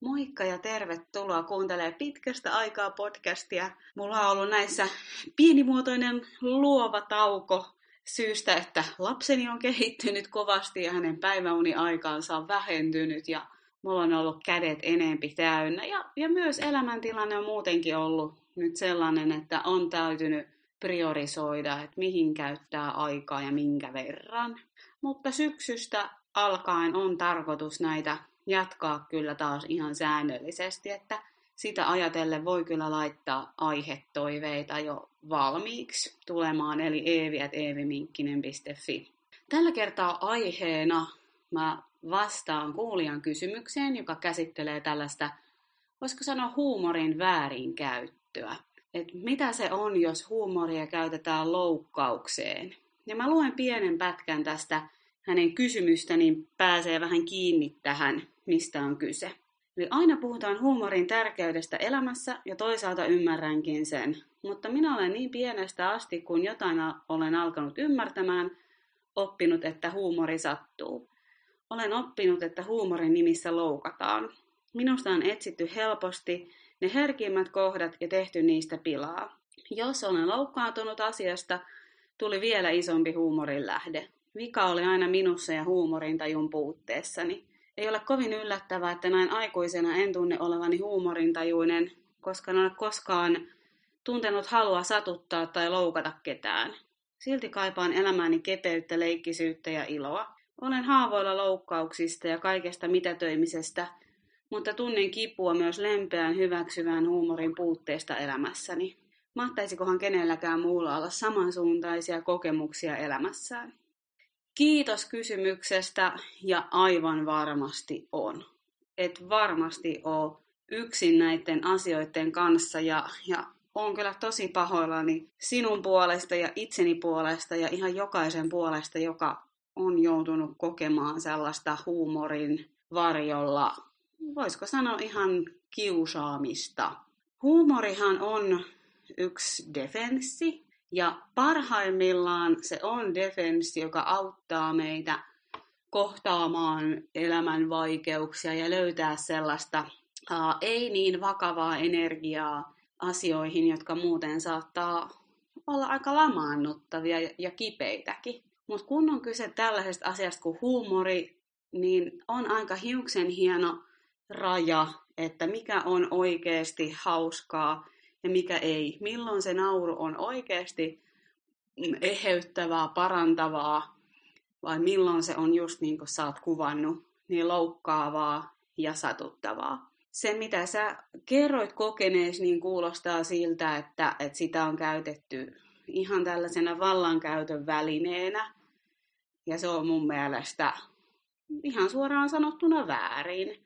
Moikka ja tervetuloa kuuntelemaan pitkästä aikaa podcastia. Mulla on ollut näissä pienimuotoinen luova tauko syystä, että lapseni on kehittynyt kovasti ja hänen päiväuniaikaansa on vähentynyt ja mulla on ollut kädet enempi täynnä. Ja myös elämäntilanne on muutenkin ollut nyt sellainen, että on täytynyt priorisoida, että mihin käyttää aikaa ja minkä verran. Mutta syksystä alkaen on tarkoitus näitä jatkaa kyllä taas ihan säännöllisesti, että sitä ajatellen voi kyllä laittaa aihetoiveita jo valmiiksi tulemaan, eli eevi@eeviminkkinen.fi. Tällä kertaa aiheena mä vastaan kuulijan kysymykseen, joka käsittelee tällaista, voisiko sanoa huumorin väärinkäyttöä. Että mitä se on, jos huumoria käytetään loukkaukseen. Ja mä luen pienen pätkän tästä hänen kysymystä, niin pääsee vähän kiinni tähän, mistä on kyse. Eli aina puhutaan huumorin tärkeydestä elämässä ja toisaalta ymmärränkin sen. Mutta minä olen niin pienestä asti, kun jotain olen alkanut ymmärtämään, oppinut, että huumori sattuu. Olen oppinut, että huumorin nimissä loukataan. Minusta on etsitty helposti ne herkimmät kohdat ja tehty niistä pilaa. Jos olen loukkaantunut asiasta, tuli vielä isompi huumorin lähde. Vika oli aina minussa ja huumorintajun puutteessani. Ei ole kovin yllättävää, että näin aikuisena en tunne olevani huumorintajuinen, koska en ole koskaan tuntenut halua satuttaa tai loukata ketään. Silti kaipaan elämääni kepeyttä, leikkisyyttä ja iloa. Olen haavoilla loukkauksista ja kaikesta mitätöimisestä, mutta tunnen kipua myös lempeän hyväksyvän huumorin puutteesta elämässäni. Mahtaisikohan kenelläkään muulla olla samansuuntaisia kokemuksia elämässään? Kiitos kysymyksestä ja aivan varmasti on. Et varmasti ole yksin näiden asioiden kanssa ja on kyllä tosi pahoillani sinun puolesta ja itseni puolesta ja ihan jokaisen puolesta, joka on joutunut kokemaan sellaista huumorin varjolla, voisiko sanoa ihan kiusaamista. Huumorihan on yksi defenssi. Ja parhaimmillaan se on defenssi, joka auttaa meitä kohtaamaan elämän vaikeuksia ja löytää sellaista ei niin vakavaa energiaa asioihin, jotka muuten saattaa olla aika lamaannuttavia ja kipeitäkin. Mutta kun on kyse tällaisesta asiasta kuin huumori, niin on aika hiuksen hieno raja, että mikä on oikeasti hauskaa ja mikä ei. Milloin se nauru on oikeasti eheyttävää, parantavaa, vai milloin se on just niin kuin sä oot kuvannut, niin loukkaavaa ja satuttavaa. Se, mitä sä kerroit kokeneesi, niin kuulostaa siltä, että sitä on käytetty ihan tällaisena vallankäytön välineenä. Ja se on mun mielestä ihan suoraan sanottuna väärin.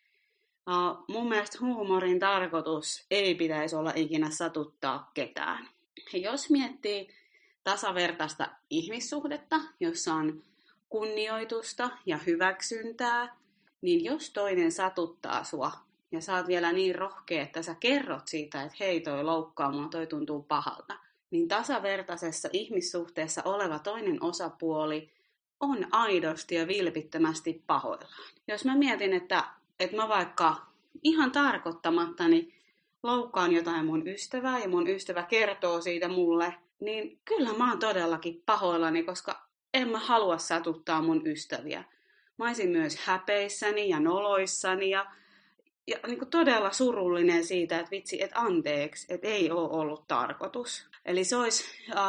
Mun mielestä huumorin tarkoitus ei pitäisi olla ikinä satuttaa ketään. Jos miettii tasavertaista ihmissuhdetta, jossa on kunnioitusta ja hyväksyntää, niin jos toinen satuttaa sua ja sä oot vielä niin rohkea, että sä kerrot siitä, että hei toi loukkaa mua, toi tuntuu pahalta, niin tasavertaisessa ihmissuhteessa oleva toinen osapuoli on aidosti ja vilpittömästi pahoillaan. Jos mä mietin, että mä vaikka ihan tarkoittamattani loukkaan jotain mun ystävää ja mun ystävä kertoo siitä mulle, niin kyllä mä oon todellakin pahoillani, koska en mä halua satuttaa mun ystäviä. Mä olisin myös häpeissäni ja noloissani ja niin kuin todella surullinen siitä, että vitsi, että anteeksi, että ei ole ollut tarkoitus. Eli se olisi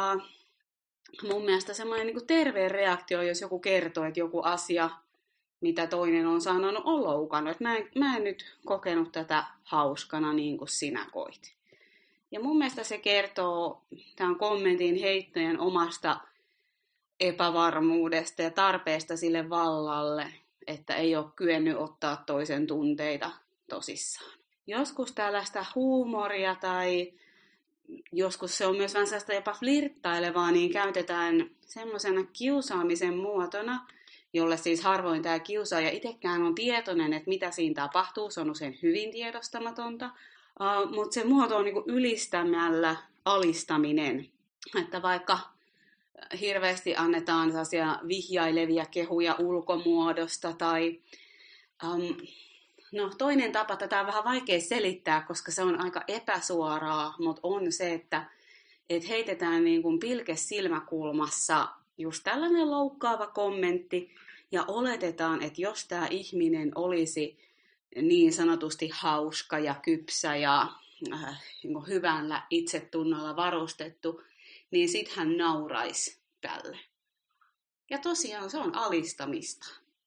mun mielestä semmoinen niin kuin terve reaktio, jos joku kertoo, että joku asia, mitä toinen on sanonut, on loukannut. Mä en nyt kokenut tätä hauskana niin kuin sinä koit. Ja mun mielestä se kertoo tämän kommentin heittojen omasta epävarmuudesta ja tarpeesta sille vallalle, että ei ole kyennyt ottaa toisen tunteita tosissaan. Joskus tällaista huumoria tai joskus se on myös vähän sellaista jopa flirttailevaa, niin käytetään semmoisena kiusaamisen muotona, jolle siis harvoin tämä kiusaaja itsekään on tietoinen, että mitä siinä tapahtuu. Se on usein hyvin tiedostamatonta, mutta se muoto on niinku ylistämällä alistaminen. Että vaikka hirveästi annetaan sellaisia vihjailevia kehuja ulkomuodosta tai No toinen tapa, tätä on vähän vaikea selittää, koska se on aika epäsuoraa, mutta on se, että heitetään niin kuin pilke silmäkulmassa just tällainen loukkaava kommentti ja oletetaan, että jos tämä ihminen olisi niin sanotusti hauska ja kypsä ja niin hyvällä itsetunnolla varustettu, niin sit hän nauraisi tälle. Ja tosiaan se on alistamista.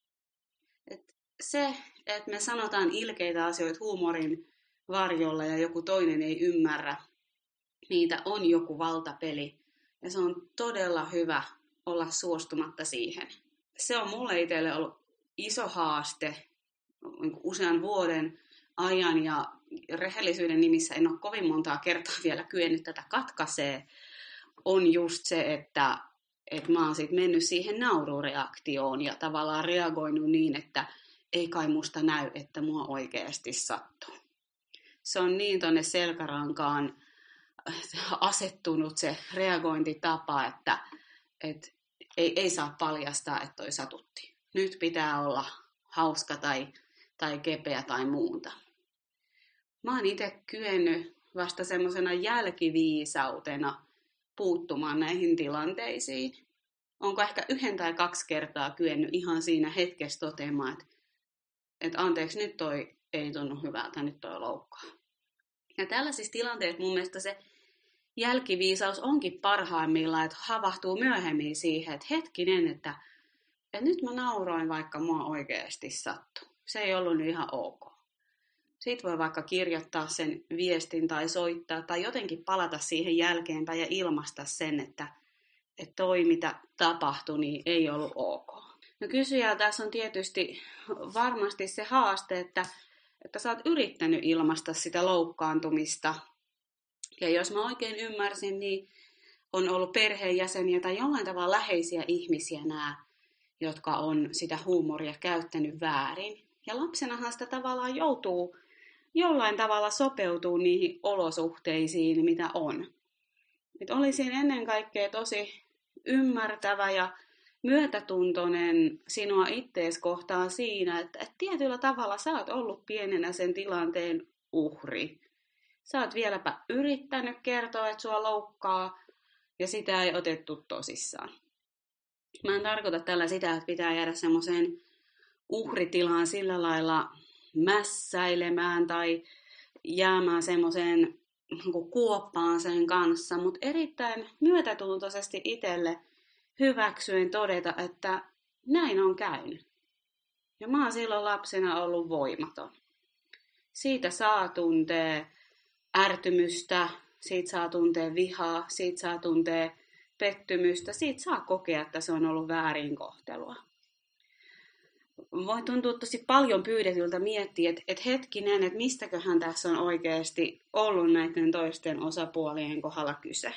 Se, että me sanotaan ilkeitä asioita huumorin varjolla ja joku toinen ei ymmärrä, niitä on joku valtapeli. Ja se on todella hyvä olla suostumatta siihen. Se on mulle itselle ollut iso haaste usean vuoden ajan ja rehellisyyden nimissä en ole kovin montaa kertaa vielä kyennyt tätä katkaisee. On just se, että mä oon sit mennyt siihen naurureaktioon ja tavallaan reagoinut niin, että ei kai musta näy, että mua oikeasti sattuu. Se on niin tonne selkärankaan asettunut se reagointitapa, että ei saa paljastaa, että toi satutti. Nyt pitää olla hauska tai kepeä tai muuta. Mä oon itse kyennyt vasta semmosena jälkiviisautena puuttumaan näihin tilanteisiin. Onko ehkä 1 tai 2 kertaa kyennyt ihan siinä hetkessä toteamaan, että anteeksi, nyt toi ei tunnu hyvältä, nyt toi loukkaa. Ja tällaisissa tilanteissa mun mielestä se jälkiviisaus onkin parhaimmillaan, että havahtuu myöhemmin siihen, että hetkinen, että nyt mä nauroin, vaikka mua oikeasti sattuu. Se ei ollut nyt ihan ok. Sitten voi vaikka kirjoittaa sen viestin tai soittaa tai jotenkin palata siihen jälkeenpäin ja ilmaista sen, että toi mitä tapahtui, niin ei ollut ok. No kysyjällä tässä on tietysti varmasti se haaste, että sä oot yrittänyt ilmaista sitä loukkaantumista. Ja jos mä oikein ymmärsin, niin on ollut perheenjäseniä tai jollain tavalla läheisiä ihmisiä nämä, jotka on sitä huumoria käyttänyt väärin. Ja lapsenahan sitä tavallaan joutuu jollain tavalla sopeutuu niihin olosuhteisiin, mitä on. Et olisin ennen kaikkea tosi ymmärtävä ja myötätuntoinen sinua ittees kohtaan siinä, että tietyllä tavalla sä oot ollut pienenä sen tilanteen uhri. Sä oot vieläpä yrittänyt kertoa, että sua loukkaa ja sitä ei otettu tosissaan. Mä en tarkoita tällä sitä, että pitää jäädä semmoiseen uhritilaan sillä lailla mässäilemään tai jäämään semmoiseen kuoppaan sen kanssa, mutta erittäin myötätuntoisesti itselle hyväksyen todeta, että näin on käynyt. Ja mä oon silloin lapsena ollut voimaton. Siitä saa tuntea ärtymystä, siitä saa tuntea vihaa, siitä saa tuntea pettymystä, siitä saa kokea, että se on ollut väärinkohtelua. Voi tuntua tosi paljon pyydetyltä miettiä, että hetkinen, että mistäköhän tässä on oikeasti ollut näiden toisten osapuolien kohdalla kyse.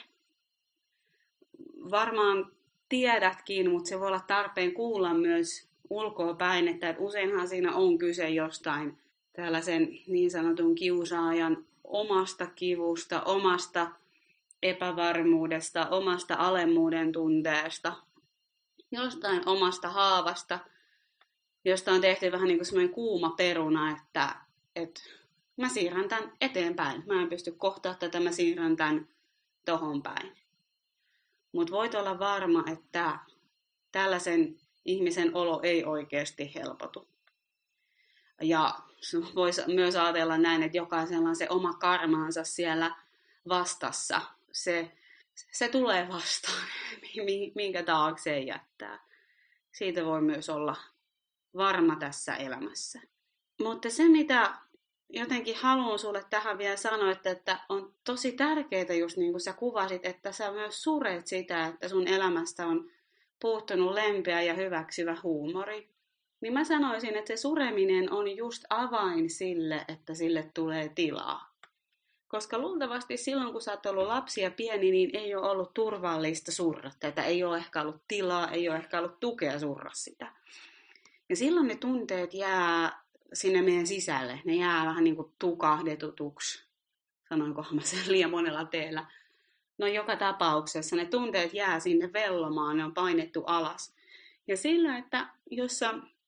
Varmaan tiedätkin, mutta se voi olla tarpeen kuulla myös ulkoa päin, että useinhan siinä on kyse jostain tällaisen niin sanotun kiusaajan omasta kivusta, omasta epävarmuudesta, omasta alemmuuden tunteesta, jostain omasta haavasta, josta on tehty vähän niin kuin semmoinen kuuma peruna, että mä siirrän tämän eteenpäin. Mä en pysty kohtaa tätä, mä siirrän tämän tohon päin. Mutta voit olla varma, että tällaisen ihmisen olo ei oikeasti helpotu. Ja voisi myös ajatella näin, että jokaisella on se oma karmaansa siellä vastassa. Se tulee vastaan, minkä taakseen jättää. Siitä voi myös olla varma tässä elämässä. Mutta se, mitä jotenkin haluan sulle tähän vielä sanoa, että on tosi tärkeää just niin kuin sä kuvasit, että sä myös suret sitä, että sun elämästä on puuttunut lempeä ja hyväksyvä huumori. Niin mä sanoisin, että se sureminen on just avain sille, että sille tulee tilaa. Koska luultavasti silloin, kun sä oot ollut lapsi ja pieni, niin ei ole ollut turvallista surra tätä. Ei ole ehkä ollut tilaa, ei ole ehkä ollut tukea surra sitä. Ja silloin ne tunteet jää sinne meidän sisälle. Ne jää vähän niin kuin tukahdetutuksi. Sanoinkohan mä sen liian monella teellä. No joka tapauksessa ne tunteet jää sinne vellomaan, ne on painettu alas. Ja sillä, että jos sä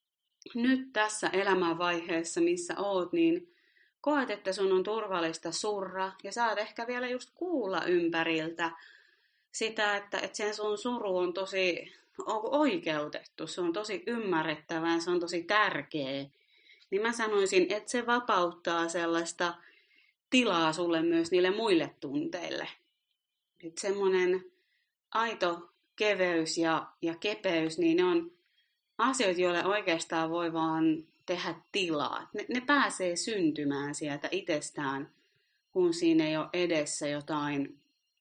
nyt tässä elämänvaiheessa, missä oot, niin koet, että sun on turvallista surra ja saat ehkä vielä just kuulla ympäriltä sitä, että sen sun suru on tosi oikeutettu, se on tosi ymmärrettävää, se on tosi tärkeä. Niin mä sanoisin, että se vapauttaa sellaista tilaa sulle myös niille muille tunteille. Että semmoinen aito keveys ja kepeys, niin ne on asioita, joille oikeastaan voi vaan tehdä tilaa. Ne pääsee syntymään sieltä itsestään, kun siinä ei ole edessä jotain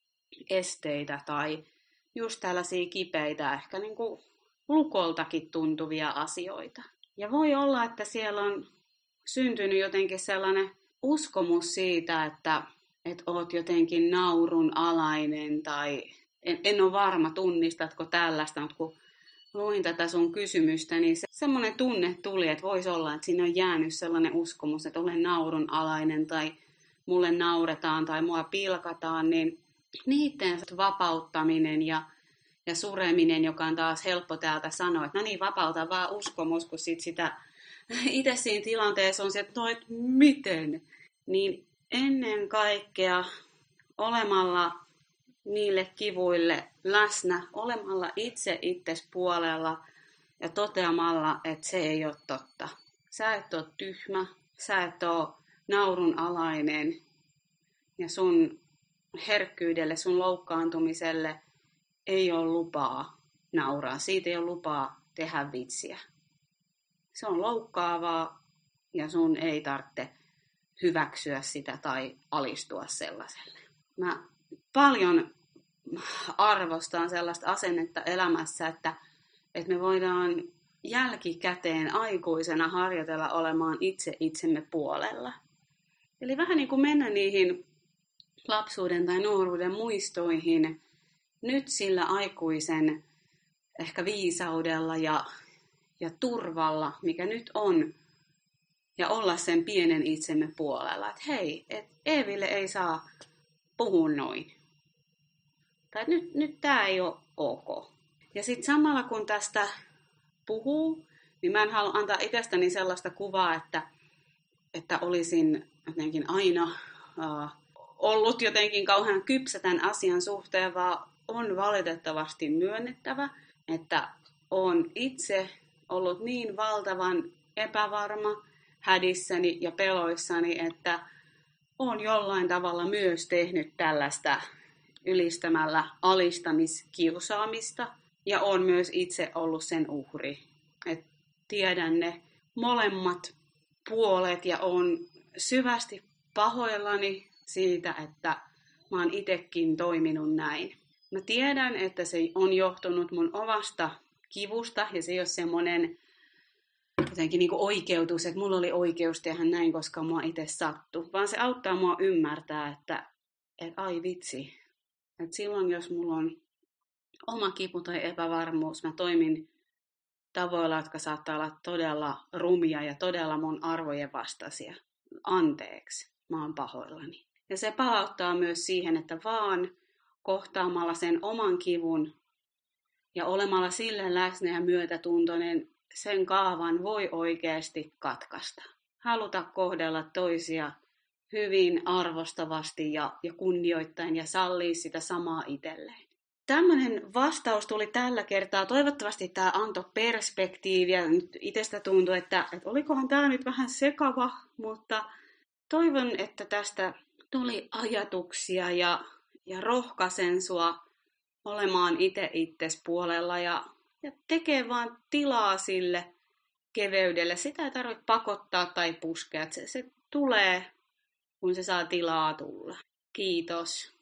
esteitä tai just tällaisia kipeitä, ehkä niin kuin lukoltakin tuntuvia asioita. Ja voi olla, että siellä on syntynyt jotenkin sellainen uskomus siitä, että oot jotenkin naurun alainen tai en ole varma, tunnistatko tällaista, mutta kun luin tätä sun kysymystä, niin semmoinen tunne tuli, että voisi olla, että siinä on jäänyt sellainen uskomus, että olen naurun alainen tai mulle nauretaan tai mua pilkataan, niin niiden vapauttaminen ja sureminen, joka on taas helppo täältä sanoa, että no niin, vapauta vaan uskomus, kun sitä itse siinä tilanteessa on se, että no, et miten? Niin ennen kaikkea olemalla niille kivuille läsnä, olemalla itse itses puolella ja toteamalla, että se ei ole totta. Sä et ole tyhmä, sä et ole naurun alainen ja sun herkkyydelle, sun loukkaantumiselle ei ole lupaa nauraa. Siitä ei ole lupaa tehdä vitsiä. Se on loukkaavaa ja sun ei tarvitse hyväksyä sitä tai alistua sellaiselle. Mä paljon arvostan sellaista asennetta elämässä, että me voidaan jälkikäteen aikuisena harjoitella olemaan itse itsemme puolella. Eli vähän niin kuin mennä niihin lapsuuden tai nuoruuden muistoihin nyt sillä aikuisen ehkä viisaudella ja turvalla, mikä nyt on, ja olla sen pienen itsemme puolella. Että hei, Eeville ei saa puhua noin. Tai nyt tää ei ole ok. Ja sitten samalla kun tästä puhuu, niin mä en halua antaa itsestäni sellaista kuvaa, että olisin jotenkin aina ollut jotenkin kauhean kypsä tämän asian suhteen, vaan on valitettavasti myönnettävä, että olen itse ollut niin valtavan epävarma hädissäni ja peloissani, että olen jollain tavalla myös tehnyt tällaista ylistämällä alistamiskiusaamista ja olen myös itse ollut sen uhri. Et tiedän ne molemmat puolet ja olen syvästi pahoillani siitä, että mä oon itsekin toiminut näin. Mä tiedän, että se on johtunut mun omasta kivusta ja se ei ole semmoinen jotenkin niin kuin oikeutus, että mulla oli oikeus tehdä näin, koska mua itse sattui. Vaan se auttaa mua ymmärtää, että ai vitsi, että silloin jos mulla on oma kipu tai epävarmuus, mä toimin tavoilla, jotka saattaa olla todella rumia ja todella mun arvojen vastaisia. Anteeksi, mä oon pahoillani. Ja se palauttaa myös siihen, että vaan kohtaamalla sen oman kivun ja olemalla sille läsnä ja myötätuntoinen, sen kaavan voi oikeasti katkaista. Haluta kohdella toisia hyvin arvostavasti ja kunnioittain ja sallii sitä samaa itselleen. Tämmöinen vastaus tuli tällä kertaa. Toivottavasti tämä antoi perspektiiviä. Nyt itsestä tuntuu, että olikohan tämä nyt vähän sekava, mutta toivon, että tästä tuli ajatuksia ja rohkaisen sua olemaan itse itses puolella ja tekee vaan tilaa sille keveydelle. Sitä ei tarvitse pakottaa tai puskea. Se tulee, kun se saa tilaa tulla. Kiitos.